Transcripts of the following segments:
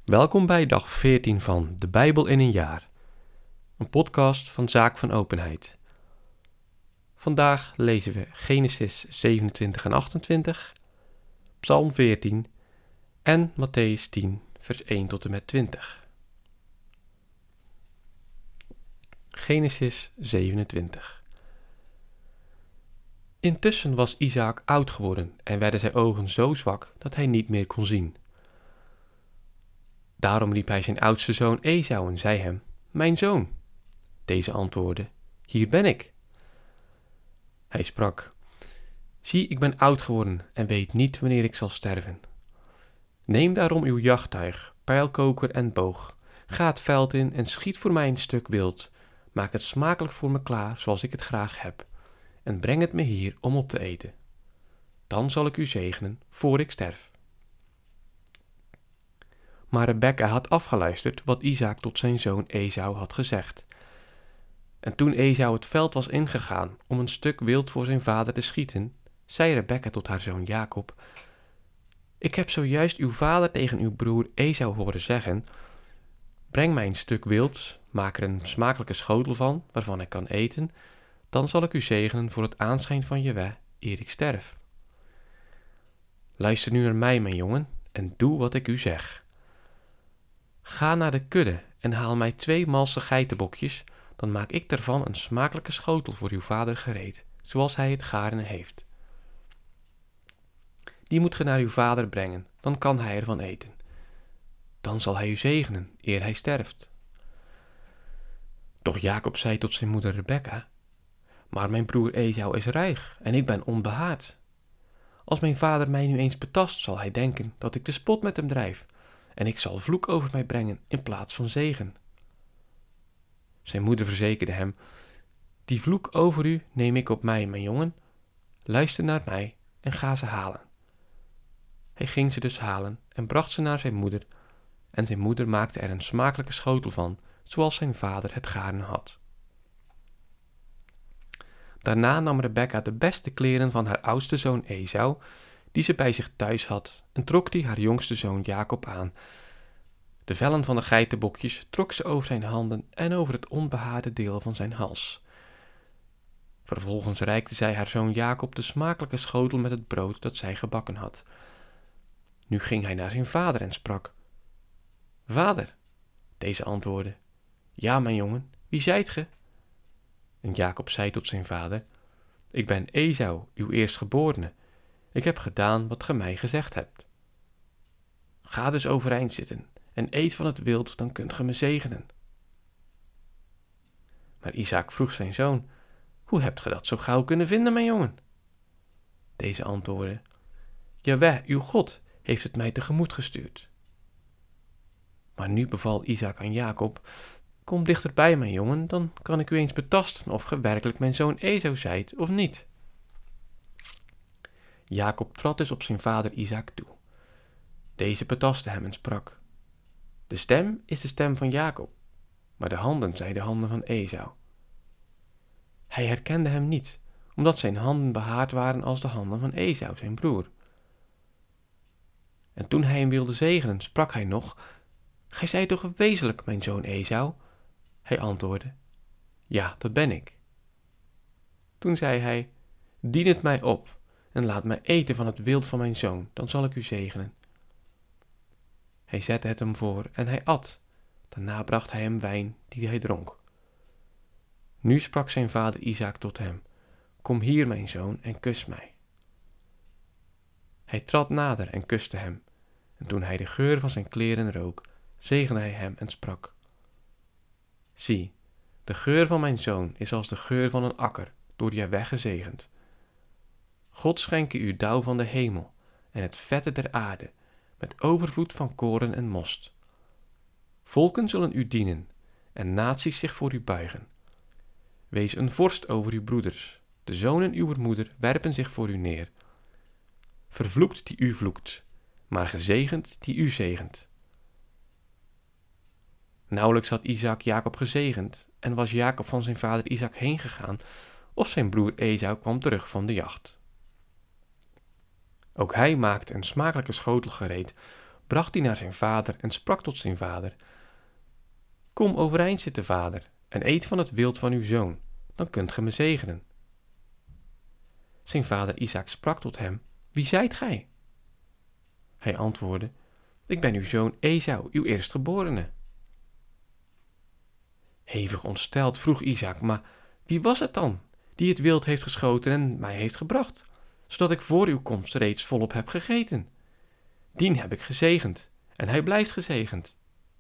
Welkom bij dag 14 van De Bijbel in een jaar, een podcast van Zaak van Openheid. Vandaag lezen we Genesis 27 en 28, Psalm 14 en Mattheüs 10, vers 1 tot en met 20. Genesis 27. Intussen was Isaak oud geworden en werden zijn ogen zo zwak dat hij niet meer kon zien. Daarom riep hij zijn oudste zoon Esau en zei hem: Mijn zoon. Deze antwoordde: Hier ben ik. Hij sprak: Zie, ik ben oud geworden en weet niet wanneer ik zal sterven. Neem daarom uw jachttuig, pijlkoker en boog. Ga het veld in en schiet voor mij een stuk wild. Maak het smakelijk voor me klaar, zoals ik het graag heb. En breng het me hier om op te eten. Dan zal ik u zegenen voor ik sterf. Maar Rebekka had afgeluisterd wat Isaak tot zijn zoon Esau had gezegd. En toen Esau het veld was ingegaan om een stuk wild voor zijn vader te schieten, zei Rebekka tot haar zoon Jacob: Ik heb zojuist uw vader tegen uw broer Esau horen zeggen: Breng mij een stuk wild, maak er een smakelijke schotel van, waarvan ik kan eten, dan zal ik u zegenen voor het aanschijn van Jahweh, eer ik sterf. Luister nu naar mij, mijn jongen, en doe wat ik u zeg. Ga naar de kudde en haal mij 2 malse geitenbokjes, dan maak ik daarvan een smakelijke schotel voor uw vader gereed, zoals hij het gaarne heeft. Die moet ge naar uw vader brengen, dan kan hij ervan eten. Dan zal hij u zegenen, eer hij sterft. Doch Jacob zei tot zijn moeder Rebekka: Maar mijn broer Esau is rijk en ik ben onbehaard. Als mijn vader mij nu eens betast, zal hij denken dat ik de spot met hem drijf, en ik zal vloek over mij brengen in plaats van zegen. Zijn moeder verzekerde hem: Die vloek over u neem ik op mij, mijn jongen. Luister naar mij en ga ze halen. Hij ging ze dus halen en bracht ze naar zijn moeder, en zijn moeder maakte er een smakelijke schotel van, zoals zijn vader het gaarne had. Daarna nam Rebekka de beste kleren van haar oudste zoon Esau, die ze bij zich thuis had, en trok die haar jongste zoon Jacob aan. De vellen van de geitenbokjes trok ze over zijn handen en over het onbehaarde deel van zijn hals. Vervolgens reikte zij haar zoon Jacob de smakelijke schotel met het brood dat zij gebakken had. Nu ging hij naar zijn vader en sprak: Vader. Deze antwoordde: Ja, mijn jongen, wie zijt ge? En Jacob zei tot zijn vader: Ik ben Esau, uw eerstgeborene. Ik heb gedaan wat ge mij gezegd hebt. Ga dus overeind zitten en eet van het wild, dan kunt ge me zegenen. Maar Isaak vroeg zijn zoon: Hoe hebt ge dat zo gauw kunnen vinden, mijn jongen? Deze antwoordde: Jahweh, uw God, heeft het mij tegemoet gestuurd. Maar nu beval Isaak aan Jacob: Kom dichterbij, mijn jongen, dan kan ik u eens betasten of ge werkelijk mijn zoon Esau zijt of niet. Jacob trad dus op zijn vader Isaak toe. Deze betastte hem en sprak: De stem is de stem van Jacob, maar de handen zijn de handen van Esau. Hij herkende hem niet, omdat zijn handen behaard waren als de handen van Esau, zijn broer. En toen hij hem wilde zegenen, sprak hij nog: Gij zijt toch wezenlijk mijn zoon Esau? Hij antwoordde: Ja, dat ben ik. Toen zei hij: Dien het mij op en laat mij eten van het wild van mijn zoon, dan zal ik u zegenen. Hij zette het hem voor en hij at. Daarna bracht hij hem wijn die hij dronk. Nu sprak zijn vader Isaak tot hem: Kom hier, mijn zoon, en kus mij. Hij trad nader en kuste hem. En toen hij de geur van zijn kleren rook, zegende hij hem en sprak: Zie, de geur van mijn zoon is als de geur van een akker, door Jahweh gezegend. God schenke u dauw van de hemel en het vette der aarde, met overvloed van koren en most. Volken zullen u dienen en naties zich voor u buigen. Wees een vorst over uw broeders, de zonen uwer moeder werpen zich voor u neer. Vervloekt die u vloekt, maar gezegend die u zegent. Nauwelijks had Isaak Jacob gezegend en was Jacob van zijn vader Isaak heen gegaan, of zijn broer Esau kwam terug van de jacht. Ook hij maakte een smakelijke schotel gereed, bracht die naar zijn vader en sprak tot zijn vader: Kom overeind zitten, vader, en eet van het wild van uw zoon, dan kunt ge me zegenen. Zijn vader Isaak sprak tot hem: Wie zijt gij? Hij antwoordde: Ik ben uw zoon Esau, uw eerstgeborene. Hevig ontsteld vroeg Isaak: Maar wie was het dan die het wild heeft geschoten en mij heeft gebracht, zodat ik voor uw komst reeds volop heb gegeten? Dien heb ik gezegend, en hij blijft gezegend.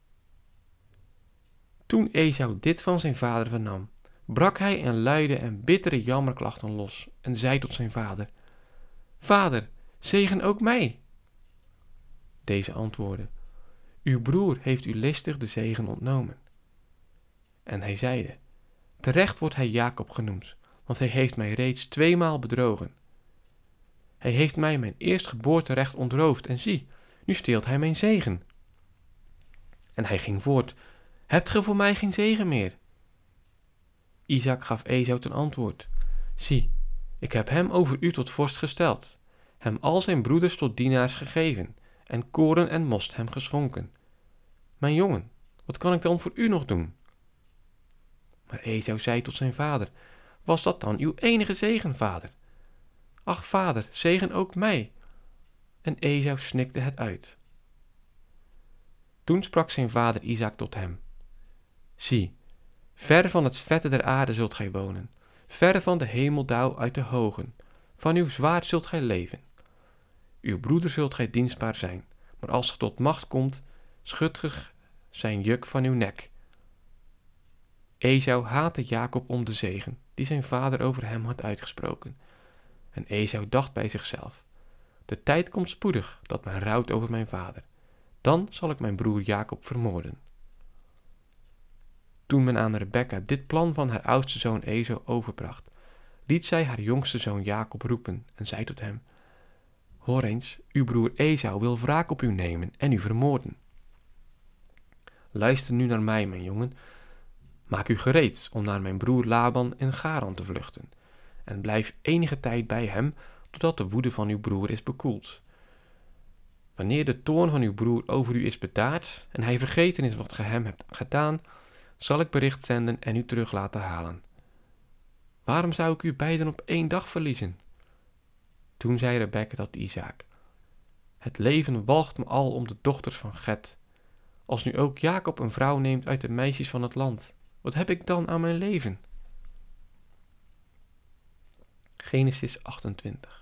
Toen Esau dit van zijn vader vernam, brak hij in luide en bittere jammerklachten los en zei tot zijn vader: Vader, zegen ook mij. Deze antwoordde: Uw broer heeft u listig de zegen ontnomen. En hij zeide: Terecht wordt hij Jacob genoemd, want hij heeft mij reeds 2 maal bedrogen. Hij heeft mij mijn eerstgeboorterecht ontroofd en zie, nu steelt hij mijn zegen. En hij ging voort: Hebt ge voor mij geen zegen meer? Isaak gaf Esau ten antwoord: Zie, ik heb hem over u tot vorst gesteld, hem al zijn broeders tot dienaars gegeven, en koren en most hem geschonken. Mijn jongen, wat kan ik dan voor u nog doen? Maar Esau zei tot zijn vader: Was dat dan uw enige zegen, vader? Ach, vader, zegen ook mij. En Esau snikte het uit. Toen sprak zijn vader Isaak tot hem: Zie, ver van het vette der aarde zult gij wonen, ver van de hemeldauw uit de hogen. Van uw zwaard zult gij leven. Uw broeder zult gij dienstbaar zijn, maar als ge tot macht komt, schudt ge zijn juk van uw nek. Esau haatte Jacob om de zegen die zijn vader over hem had uitgesproken. En Esau dacht bij zichzelf: De tijd komt spoedig dat men rouwt over mijn vader. Dan zal ik mijn broer Jacob vermoorden. Toen men aan Rebekka dit plan van haar oudste zoon Esau overbracht, liet zij haar jongste zoon Jacob roepen en zei tot hem: Hoor eens, uw broer Esau wil wraak op u nemen en u vermoorden. Luister nu naar mij, mijn jongen. Maak u gereed om naar mijn broer Laban in Garan te vluchten, en blijf enige tijd bij hem, totdat de woede van uw broer is bekoeld. Wanneer de toorn van uw broer over u is bedaard en hij vergeten is wat ge hem hebt gedaan, zal ik bericht zenden en u terug laten halen. Waarom zou ik u beiden op 1 dag verliezen? Toen zei Rebekka tot Isaak: Het leven walgt me al om de dochters van Get. Als nu ook Jacob een vrouw neemt uit de meisjes van het land, wat heb ik dan aan mijn leven? Genesis 28.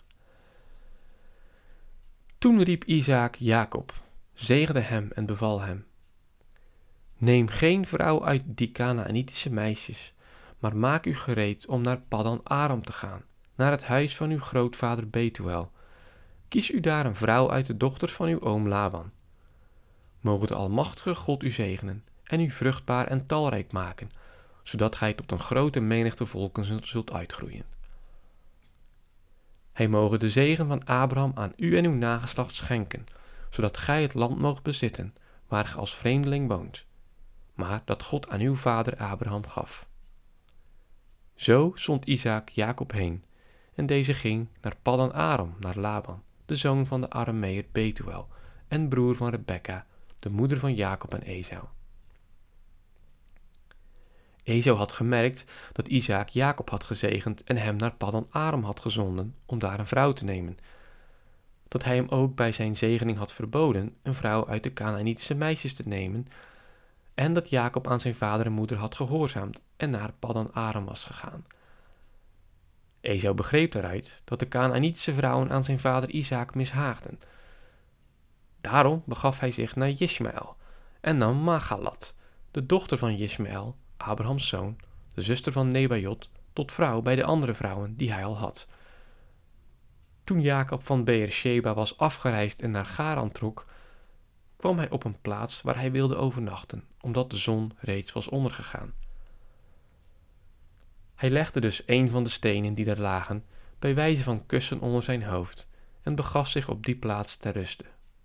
Toen riep Isaak Jacob, zegende hem en beval hem: Neem geen vrouw uit die Kanaanitische meisjes, maar maak u gereed om naar Paddan Aram te gaan, naar het huis van uw grootvader Betuel. Kies u daar een vrouw uit de dochters van uw oom Laban. Moge de Almachtige God u zegenen en u vruchtbaar en talrijk maken, zodat gij tot een grote menigte volken zult uitgroeien. Hij moge de zegen van Abraham aan u en uw nageslacht schenken, zodat gij het land moogt bezitten, waar ge als vreemdeling woont, maar dat God aan uw vader Abraham gaf. Zo zond Isaak Jacob heen, en deze ging naar Paddan Aram, naar Laban, de zoon van de Arameër Betuel, en broer van Rebekka, de moeder van Jacob en Esau. Esau had gemerkt dat Isaak Jacob had gezegend en hem naar Paddan Aram had gezonden om daar een vrouw te nemen. Dat hij hem ook bij zijn zegening had verboden een vrouw uit de Kanaanitische meisjes te nemen, en dat Jacob aan zijn vader en moeder had gehoorzaamd en naar Paddan Aram was gegaan. Esau begreep daaruit dat de Kanaanitische vrouwen aan zijn vader Isaak mishaagden. Daarom begaf hij zich naar Ismaël en nam Magalat, de dochter van Ismaël, Abrahams zoon, de zuster van Nebajot, tot vrouw bij de andere vrouwen die hij al had. Toen Jacob van Beersheba was afgereisd en naar Garan trok, kwam hij op een plaats waar hij wilde overnachten, omdat de zon reeds was ondergegaan. Hij legde dus een van de stenen die daar lagen bij wijze van kussen onder zijn hoofd en begaf zich op die plaats ter ruste.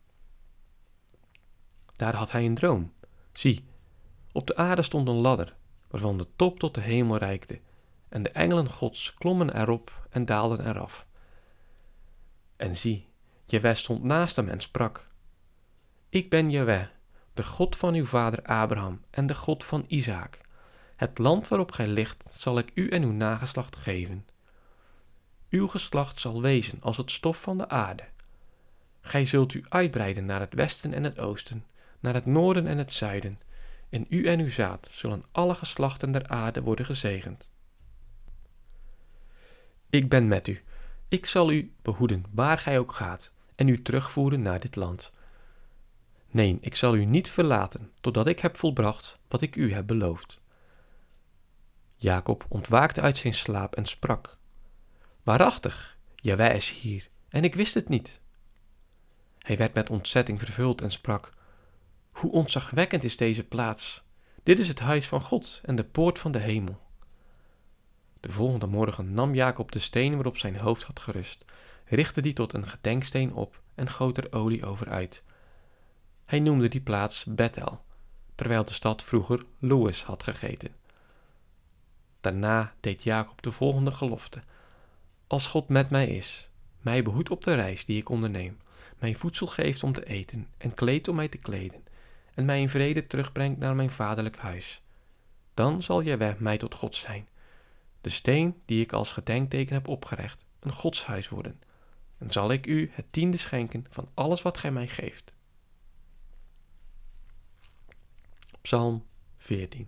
Daar had hij een droom. Zie, op de aarde stond een ladder, waarvan de top tot de hemel reikte, en de engelen Gods klommen erop en daalden eraf. En zie, Jahweh stond naast hem en sprak: Ik ben Jahweh, de God van uw vader Abraham en de God van Isaak. Het land waarop gij ligt zal ik u en uw nageslacht geven. Uw geslacht zal wezen als het stof van de aarde. Gij zult u uitbreiden naar het westen en het oosten, naar het noorden en het zuiden. In u en uw zaad zullen alle geslachten der aarde worden gezegend. Ik ben met u. Ik zal u behoeden waar gij ook gaat en u terugvoeren naar dit land. Nee, ik zal u niet verlaten, totdat ik heb volbracht wat ik u heb beloofd. Jacob ontwaakte uit zijn slaap en sprak: Waarachtig, Jahweh is hier, en ik wist het niet. Hij werd met ontzetting vervuld en sprak: Hoe ontzagwekkend is deze plaats! Dit is het huis van God en de poort van de hemel. De volgende morgen nam Jacob de steen waarop zijn hoofd had gerust, richtte die tot een gedenksteen op en goot er olie over uit. Hij noemde die plaats Bethel, terwijl de stad vroeger Lois had gegeten. Daarna deed Jacob de volgende gelofte: Als God met mij is, mij behoedt op de reis die ik onderneem, mij voedsel geeft om te eten en kleed om mij te kleden, en mij in vrede terugbrengt naar mijn vaderlijk huis, dan zal Jahweh mij tot God zijn, de steen die ik als gedenkteken heb opgericht, een godshuis worden, en zal ik u het tiende schenken van alles wat gij mij geeft. Psalm 14.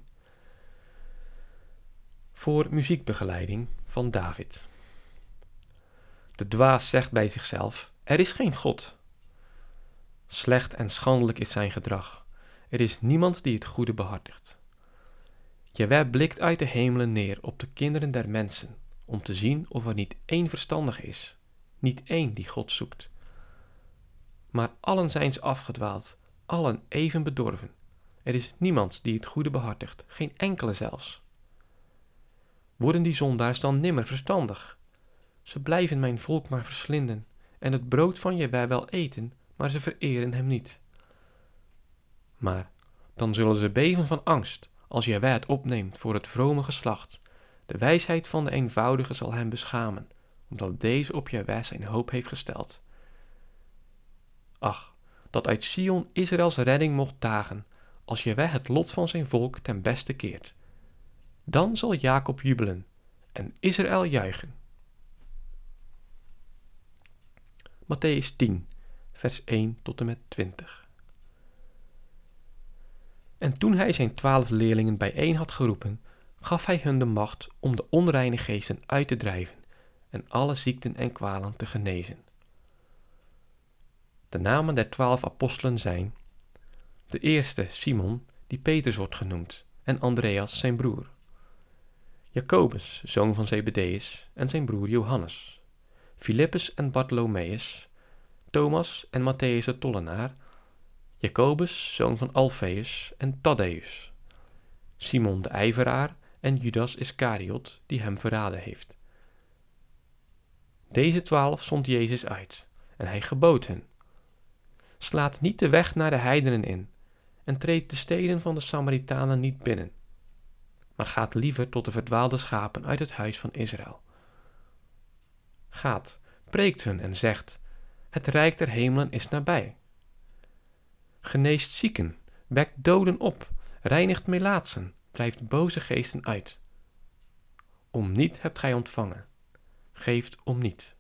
Voor muziekbegeleiding van David. De dwaas zegt bij zichzelf: er is geen God. Slecht en schandelijk is zijn gedrag. Er is niemand die het goede behartigt. Jahweh blikt uit de hemelen neer op de kinderen der mensen, om te zien of er niet één verstandig is, niet één die God zoekt. Maar allen zijn ze afgedwaald, allen even bedorven. Er is niemand die het goede behartigt, geen enkele zelfs. Worden die zondaars dan nimmer verstandig? Ze blijven mijn volk maar verslinden en het brood van Jahweh wel eten, maar ze vereren hem niet. Maar dan zullen ze beven van angst als Jahweh het opneemt voor het vrome geslacht. De wijsheid van de eenvoudige zal hem beschamen, omdat deze op Jahweh zijn hoop heeft gesteld. Ach, dat uit Sion Israëls redding mocht dagen, als Jahweh het lot van zijn volk ten beste keert. Dan zal Jacob jubelen en Israël juichen. Mattheüs 10, vers 1 tot en met 20. En toen hij zijn 12 leerlingen bijeen had geroepen, gaf hij hun de macht om de onreine geesten uit te drijven en alle ziekten en kwalen te genezen. De namen der 12 apostelen zijn: de eerste Simon, die Petrus wordt genoemd, en Andreas zijn broer. Jacobus, zoon van Zebedeus, en zijn broer Johannes. Filippus en Bartholomeus, Thomas en Matthäus de tollenaar, Jacobus, zoon van Alfeus en Thaddeus, Simon de ijveraar en Judas Iskariot, die hem verraden heeft. Deze 12 zond Jezus uit, en hij gebood hen: slaat niet de weg naar de heidenen in, en treedt de steden van de Samaritanen niet binnen, maar gaat liever tot de verdwaalde schapen uit het huis van Israël. Gaat, preekt hun en zegt: het rijk der hemelen is nabij. Geneest zieken, wekt doden op, reinigt melaatsen, drijft boze geesten uit. Om niet hebt gij ontvangen, geeft om niet.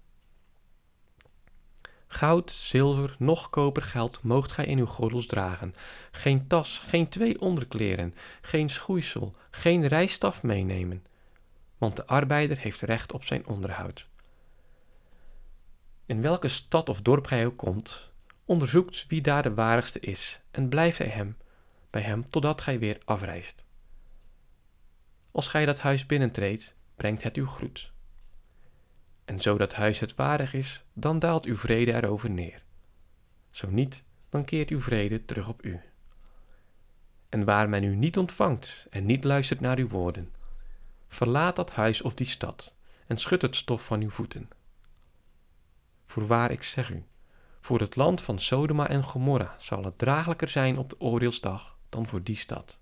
Goud, zilver, noch kopergeld moogt gij in uw gordels dragen, geen tas, geen 2 onderkleren, geen schoeisel, geen reisstaf meenemen, want de arbeider heeft recht op zijn onderhoud. In welke stad of dorp gij ook komt, onderzoekt wie daar de waardigste is en blijft bij hem totdat gij weer afreist. Als gij dat huis binnentreedt, brengt het uw groet. En zo dat huis het waardig is, dan daalt uw vrede erover neer. Zo niet, dan keert uw vrede terug op u. En waar men u niet ontvangt en niet luistert naar uw woorden, verlaat dat huis of die stad en schud het stof van uw voeten. Voorwaar, ik zeg u, voor het land van Sodoma en Gomorra zal het draaglijker zijn op de oordeelsdag dan voor die stad.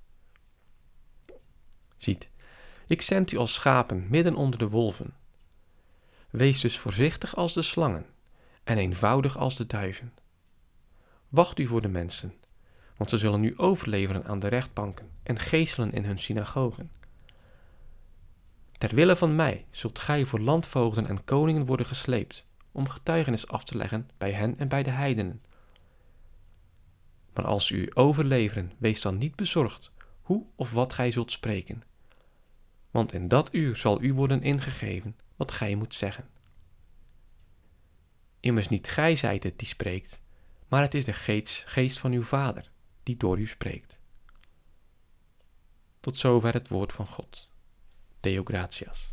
Ziet, ik zend u als schapen midden onder de wolven. Wees dus voorzichtig als de slangen en eenvoudig als de duiven. Wacht u voor de mensen, want ze zullen u overleveren aan de rechtbanken en geeselen in hun synagogen. Ter wille van mij zult gij voor landvoogden en koningen worden gesleept, om getuigenis af te leggen bij hen en bij de heidenen. Maar als ze u overleveren, wees dan niet bezorgd hoe of wat gij zult spreken, want in dat uur zal u worden ingegeven wat gij moet zeggen. Immers niet gij zijt het die spreekt, maar het is de geest van uw Vader, die door u spreekt. Tot zover het woord van God. Deo gratias.